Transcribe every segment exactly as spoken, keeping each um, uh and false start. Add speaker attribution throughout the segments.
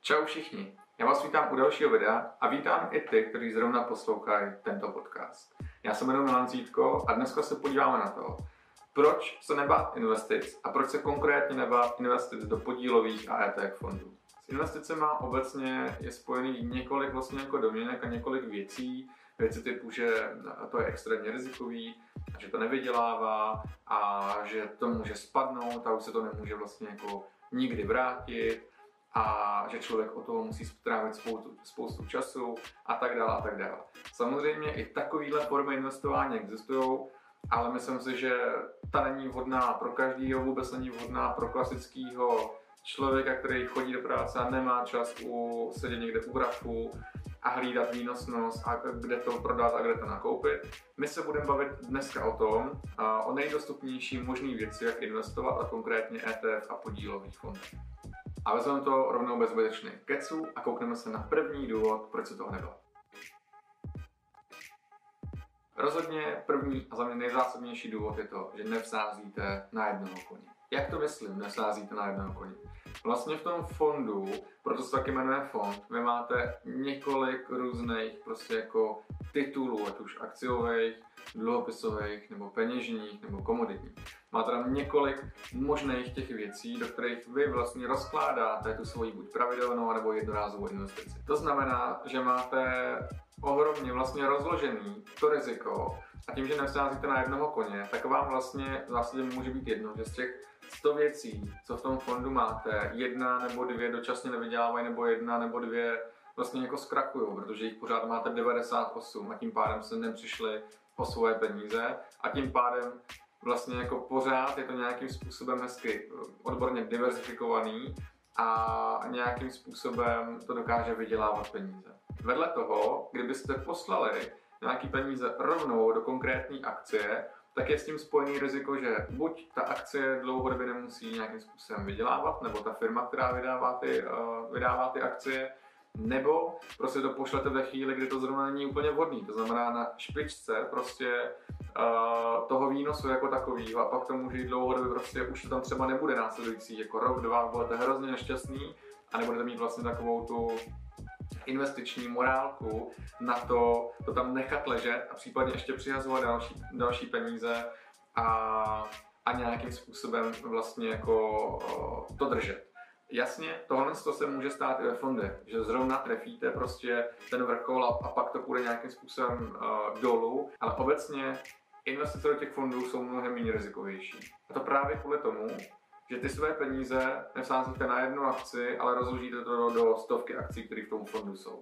Speaker 1: Čau všichni, já vás vítám u dalšího videa a vítám i ty, kteří zrovna poslouchají tento podcast. Já se jmenuji Milan Zítko a dneska se podíváme na to, proč se nebát investic a proč se konkrétně nebát investic do podílových a E T F fondů. S investicemi obecně je spojený několik vlastně jako domněnek a několik věcí, věci typu, že to je extrémně rizikový, že to nevydělává a že to může spadnout a už se to nemůže vlastně jako nikdy vrátit a že člověk o toho musí strávit spoustu, spoustu času a tak dále a tak dále. Samozřejmě i takovéhle formy investování existují, ale myslím si, že ta není vhodná pro každýho, vůbec není vhodná pro klasického člověka, který chodí do práce a nemá čas u, sedět někde u grafu a hlídat výnosnost a kde to prodat a kde to nakoupit. My se budeme bavit dneska o tom, o nejdostupnější možný věci, jak investovat, a konkrétně E T F a podílových fondů. A vezmeme to rovnou bez zbytečných keců a koukneme se na první důvod, proč se toho nebát. Rozhodně první a za mě nejzásadnější důvod je to, že nevsázíte na jednoho koně. Jak to myslím, nevsázíte na jednoho koně? Vlastně v tom fondu, proto se taky jmenuje fond, vy máte několik různých prostě jako titulů, ať už akciových, dluhopisových, nebo peněžních, nebo komoditních. Máte tam několik možných těch věcí, do kterých vy vlastně rozkládáte tu svoji buď pravidelnou, nebo jednorázovou investici. To znamená, že máte ohromně vlastně rozložený to riziko a tím, že nevsázíte na jednoho koně, tak vám vlastně v zásadě může být jedno, že z těch sto věcí, co v tom fondu máte, jedna nebo dvě dočasně nevydělávají, nebo jedna nebo dvě vlastně jako zkrachují, protože jich pořád máte devadesát osm a tím pádem se nepřišli o svoje peníze a tím pádem vlastně jako pořád je to nějakým způsobem hezky odborně diverzifikovaný a nějakým způsobem to dokáže vydělávat peníze. Vedle toho, kdybyste poslali nějaký peníze rovnou do konkrétní akcie, tak je s tím spojený riziko, že buď ta akcie dlouhodobě nemusí nějakým způsobem vydělávat, nebo ta firma, která vydává ty, uh, vydává ty akcie, nebo prostě to pošlete ve chvíli, kdy to zrovna není úplně vhodný. To znamená na špičce prostě uh, toho výnosu jako takovýho a pak to může jít dlouhodobě, prostě už to tam třeba nebude následující jako rok, dva, budete hrozně nešťastný a nebudete mít vlastně takovou tu investiční morálku na to, to tam nechat ležet a případně ještě přihazovat další, další peníze a, a nějakým způsobem vlastně jako uh, to držet. Jasně, tohle se může stát i ve fondech, že zrovna trefíte prostě ten vrchol a, a pak to půjde nějakým způsobem uh, dolů, ale obecně investice do těch fondů jsou mnohem méně rizikovější. A to právě kvůli tomu, že ty své peníze nevsázíte na jednu akci, ale rozložíte to do, do stovky akcí, které v tom fondu jsou.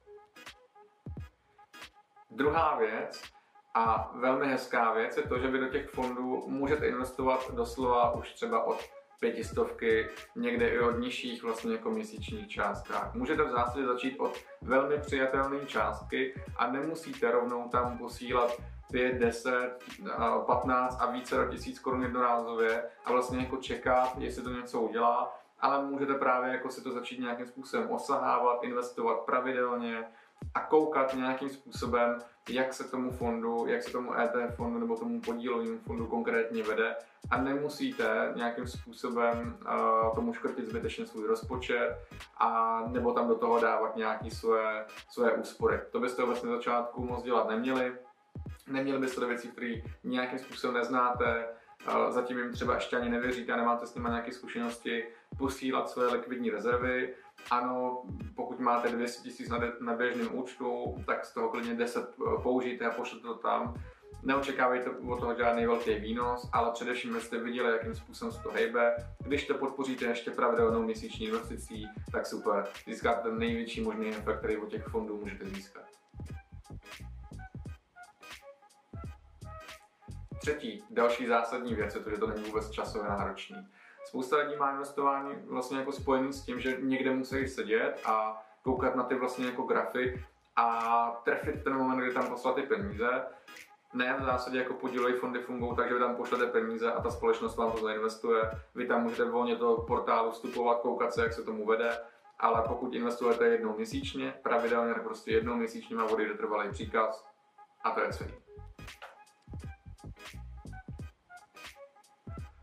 Speaker 1: Druhá věc a velmi hezká věc je to, že vy do těch fondů můžete investovat doslova už třeba od pětistovky, někde i od nižších vlastně jako měsíčních částkách. Můžete v zásadě začít od velmi přijatelné částky a nemusíte rovnou tam posílat pět, deset, patnáct a více tisíc korun jednorázově a vlastně jako čekat, jestli to něco udělá, ale můžete právě jako si to začít nějakým způsobem osahávat, investovat pravidelně a koukat nějakým způsobem, jak se tomu fondu, jak se tomu E T F fondu nebo tomu podílovému fondu konkrétně vede a nemusíte nějakým způsobem uh, tomu škrtit zbytečně svůj rozpočet a nebo tam do toho dávat nějaké svoje, svoje úspory. To byste vlastně na začátku moc dělat neměli. Neměli byste do věcí, které nějakým způsobem neznáte, zatím jim třeba ještě ani nevěříte a nemáte s nimi nějaké zkušenosti, posílat své likvidní rezervy. Ano, pokud máte dvě stě tisíc na běžném účtu, tak z toho klidně deset použijte a pošlete to tam. Neočekávejte od toho žádný velký výnos, ale především, abyste viděli, jakým způsobem se to hejbe. Když to podpoříte ještě pravidelnou měsíční investicí, tak super, získáte ten největší možný efekt, který od těch fondů můžete získat. Třetí, další zásadní věc je to, že to není vůbec časově náročný. Spousta lidí má investování vlastně jako spojený s tím, že někde musí sedět a koukat na ty vlastně jako grafy a trefit ten moment, kdy tam poslat ty peníze. Ne, v zásadě jako podílové fondy fungují tak, že vy tam pošlete peníze a ta společnost vám to zainvestuje. Vy tam můžete volně do portálu vstupovat, koukat se, jak se tomu vede, ale pokud investujete jednou měsíčně, pravidelně, tak prostě jednou měsíčně má odejde trvalý příkaz a to je celý.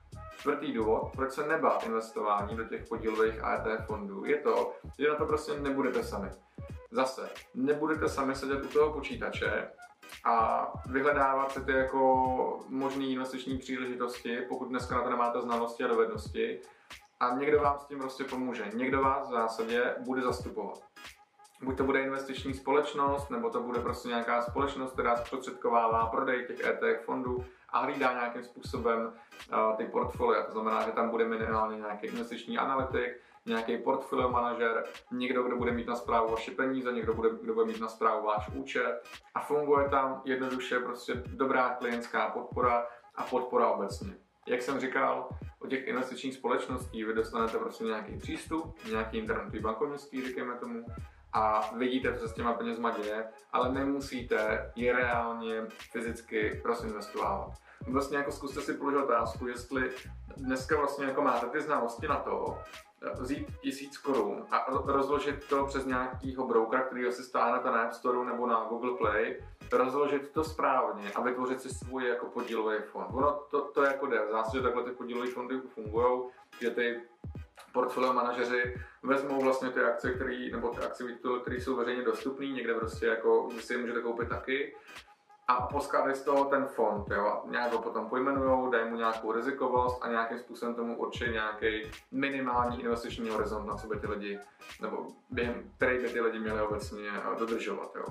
Speaker 1: čtvrtý důvod, proč se nebát investování do těch podílových E T F fondů, je to, že na to prostě nebudete sami. Zase, nebudete sami sedět u toho počítače a vyhledávat si ty jako možné investiční příležitosti, pokud dneska na to nemáte znalosti a dovednosti, a někdo vám s tím prostě pomůže. Někdo vás v zásadě bude zastupovat. Buď to bude investiční společnost, nebo to bude prostě nějaká společnost, která zprostředkovává prodej těch E T F fondů a hlídá nějakým způsobem uh, ty portfolia. To znamená, že tam bude minimálně nějaký investiční analytik, nějaký portfolio manažer, někdo, kdo bude mít na správu vaše peníze, někdo, bude, kdo bude mít na správu váš účet, a funguje tam jednoduše prostě dobrá klientská podpora a podpora obecně. Jak jsem říkal, od těch investičních společností vy dostanete prostě nějaký přístup, nějaký internetový bankovnictví, říkáme tomu, a vidíte, co se s těma penězma děje, ale nemusíte je reálně fyzicky rozinvestovávat. Vlastně jako zkuste si položit otázku, jestli dneska vlastně jako máte ty znalosti na to, vzít tisíc korun a rozložit to přes nějakýho brokera, který si stáhnete na App Store nebo na Google Play, rozložit to správně a vytvořit si svůj jako podílový fond. Ono to, to jako jde, v zásadě takhle ty podílové fondy fungují, že ty portfolio manažeři vezmou vlastně ty akcie, který, nebo ty akcie, které jsou veřejně dostupné, někde prostě jako si je můžete koupit taky, a poskládají z toho ten fond, jo, a nějak ho potom pojmenujou, dají mu nějakou rizikovost a nějakým způsobem tomu určí nějaký minimální investiční horizont, na co by ty lidi, nebo během který by ty lidi měli obecně dodržovat, jo.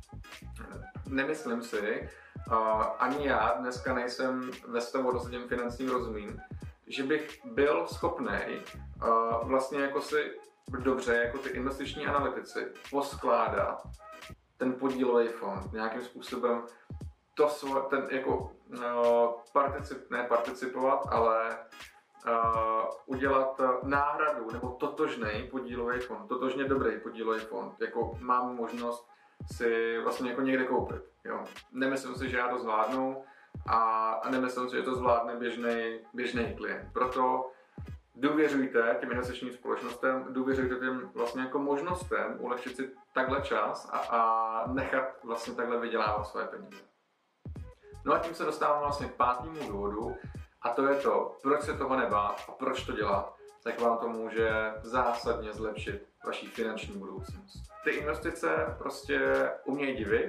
Speaker 1: Nemyslím si, uh, ani já dneska nejsem ve stavu dostatečným finančním rozumím, že bych byl schopný uh, vlastně jako si dobře, jako ty investiční analytici, poskládat ten podílový fond nějakým způsobem, to svo, ten jako uh, particip, ne participovat, ale uh, udělat náhradu nebo totožný podílový fond, totožně dobrý podílový fond, jako mám možnost si vlastně jako někde koupit. Jo. Nemyslím si, že já to zvládnu, a nemyslím si, že to zvládne běžný, běžný klient. Proto důvěřujte těm investičním společnostem, důvěřujte těm vlastně jako možnostem ulehčit si takhle čas a, a nechat vlastně takhle vydělávat své peníze. No a tím se dostávám vlastně k pátému důvodu, a to je to, proč se toho nebát a proč to dělat, tak vám to může zásadně zlepšit vaši finanční budoucnost. Ty investice prostě umějí divit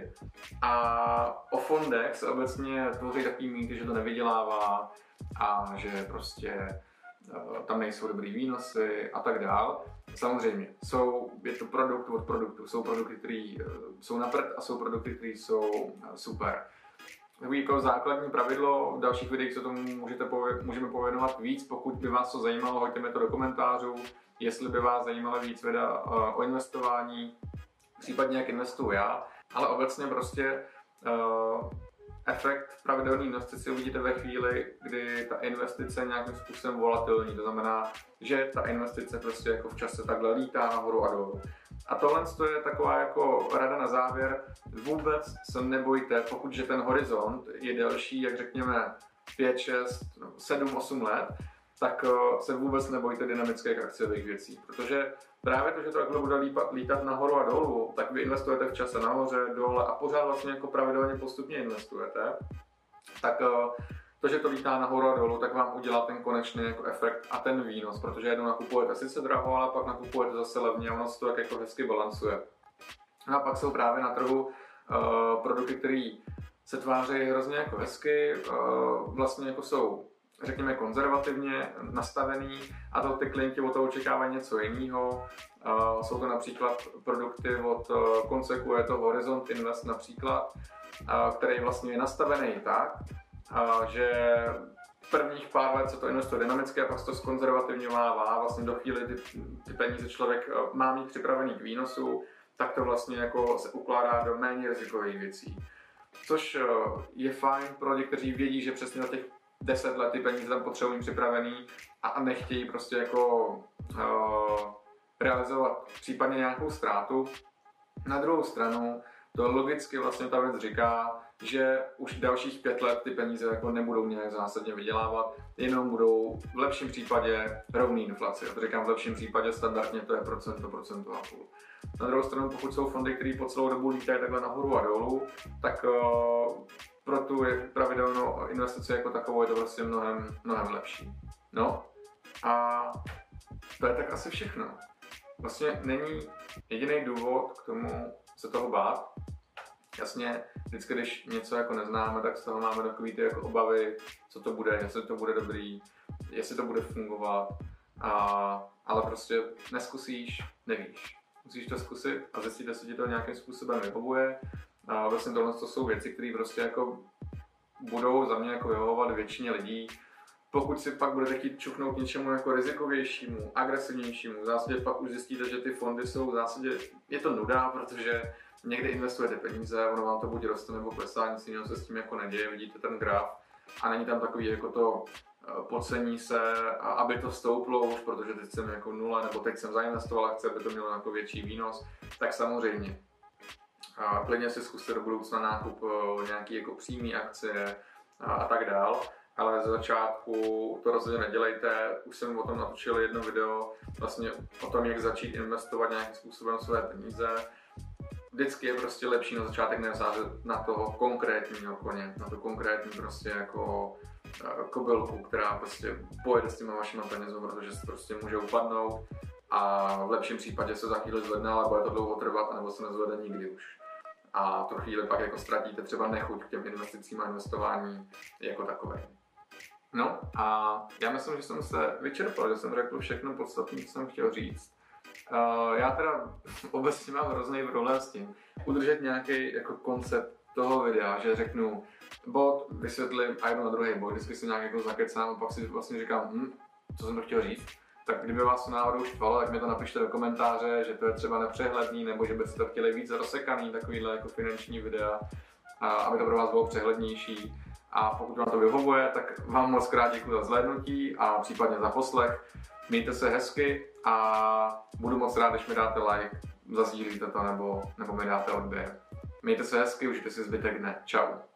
Speaker 1: a o fondech se obecně tvoří takový mýty, že to nevydělává a že prostě uh, tam nejsou dobrý výnosy a tak dál. Samozřejmě, jsou, je to produkt od produktu, jsou produkty, které uh, jsou na prd a jsou produkty, které jsou uh, super. Takový jako základní pravidlo, v dalších videích se tomu můžete pově- můžeme pověnovat víc, pokud by vás to zajímalo, hoďte mi to do komentářů, jestli by vás zajímalo víc videa uh, o investování, případně jak investuju já, ale obecně prostě uh, efekt pravidelné investice uvidíte ve chvíli, kdy ta investice je nějakým způsobem volatilní, to znamená, že ta investice prostě jako v čase takhle lítá nahoru a dolů. A tohle je taková jako rada na závěr, vůbec se nebojte, pokud že ten horizont je delší, jak řekněme pět, šest, sedm, osm let, tak se vůbec nebojte dynamických akciových věcí, protože právě to, že to takhle bude lípat, lítat nahoru a dolů, tak vy investujete v čase nahoře, dole a pořád vlastně jako pravidelně postupně investujete, tak to, že to lítá nahoru a dolů, tak vám udělá ten konečný jako efekt a ten výnos, protože jednou nakupujete sice draho, ale pak nakupujete zase levně a ono se to tak jako hezky balancuje. No a pak jsou právě na trhu uh, produkty, které se tváří hrozně jako hezky, uh, vlastně jako jsou, řekněme, konzervativně nastavený a to ty klienti od toho očekávají něco jiného. Uh, jsou to například produkty od uh, Consequo, je to Horizont Invest například, uh, který vlastně je nastavený tak, uh, že prvních pár let se to investuje dynamicky a pak se to zkonzervativňovává, vlastně do chvíli ty, ty peníze člověk uh, má mít připravený k výnosu, tak to vlastně jako se ukládá do méně rizikových věcí. Což uh, je fajn pro lidi, kteří vědí, že přesně na těch deset let ty peníze tam potřebují připravený a nechtějí prostě jako uh, realizovat případně nějakou ztrátu. Na druhou stranu to logicky vlastně ta věc říká, že už dalších pět let ty peníze jako nebudou nějak zásadně vydělávat, jenom budou v lepším případě rovný inflaci. Já to říkám v lepším případě, standardně to je procento, procento a půl. Na druhou stranu, pokud jsou fondy, které po celou dobu lítají takhle nahoru a dolů, tak uh, pro tu pravidelnou investici jako takovou je to vlastně mnohem, mnohem lepší. No a to je tak asi všechno. Vlastně není jediný důvod k tomu se toho bát. Jasně, vždycky, když něco jako neznáme, tak z toho máme takový ty jako obavy, co to bude, jestli to bude dobrý, jestli to bude fungovat, a, ale prostě neskusíš, nevíš. Musíš to zkusit a zjistit, jestli ti to nějakým způsobem vyhovuje. A vlastně tohle to jsou věci, které prostě jako budou za mě jako vyhovovat většině lidí. Pokud si pak budete chtít čuchnout něčemu jako rizikovějšímu, agresivnějšímu, v zásadě pak už zjistíte, že ty fondy jsou v zásadě, je to nuda, protože někde investujete peníze, ono vám to buď roste nebo klesá, nic jiného se s tím jako neděje, vidíte ten graf a není tam takový jako to podcení se, aby to stouplo už, protože teď jsem jako nula, nebo teď jsem zainvestoval a chci, aby to mělo jako větší výnos, tak samozřejmě. A klidně si zkuste do budoucna nákup nějaký jako přímý akcie a, a tak dál. Ale ze začátku to rozhodně nedělejte. Už jsem o tom natočil jedno video vlastně o tom, jak začít investovat nějakým způsobem své peníze. Vždycky je prostě lepší na začátek nevsázet na toho konkrétního koně, na to konkrétní prostě jako kobylku, která prostě pojede s těma vašima penězům, protože se prostě může upadnout a v lepším případě se za chvíli zvedne, ale bude to dlouho trvat, anebo se nezvede nikdy už. A tu chvíli pak jako ztratíte třeba nechuť k těm investicím a investování jako takové. No a já myslím, že jsem se vyčerpal, že jsem řekl všechno podstatné, co jsem chtěl říct. Uh, já teda obecně mám hrozný problém s tím udržet nějaký jako koncept toho videa, že řeknu bod, vysvětlím a jdu na druhý bod, vždycky si nějak jako zakecám a pak si vlastně říkám, hm, co jsem to chtěl říct. Tak kdyby vás to náhodou štvalo, tak mi to napište do komentáře, že to je třeba nepřehledný, nebo že byste to chtěli víc rozsekaný, takovýhle jako finanční videa, a aby to pro vás bylo přehlednější. A pokud vám to vyhovuje, tak vám moc krát děkuji za zhlédnutí a případně za poslech. Mějte se hezky a budu moc rád, když mi dáte like, zazdílíte to nebo, nebo mi dáte odběr. Mějte se hezky, užijte si zbytek dne. Čau.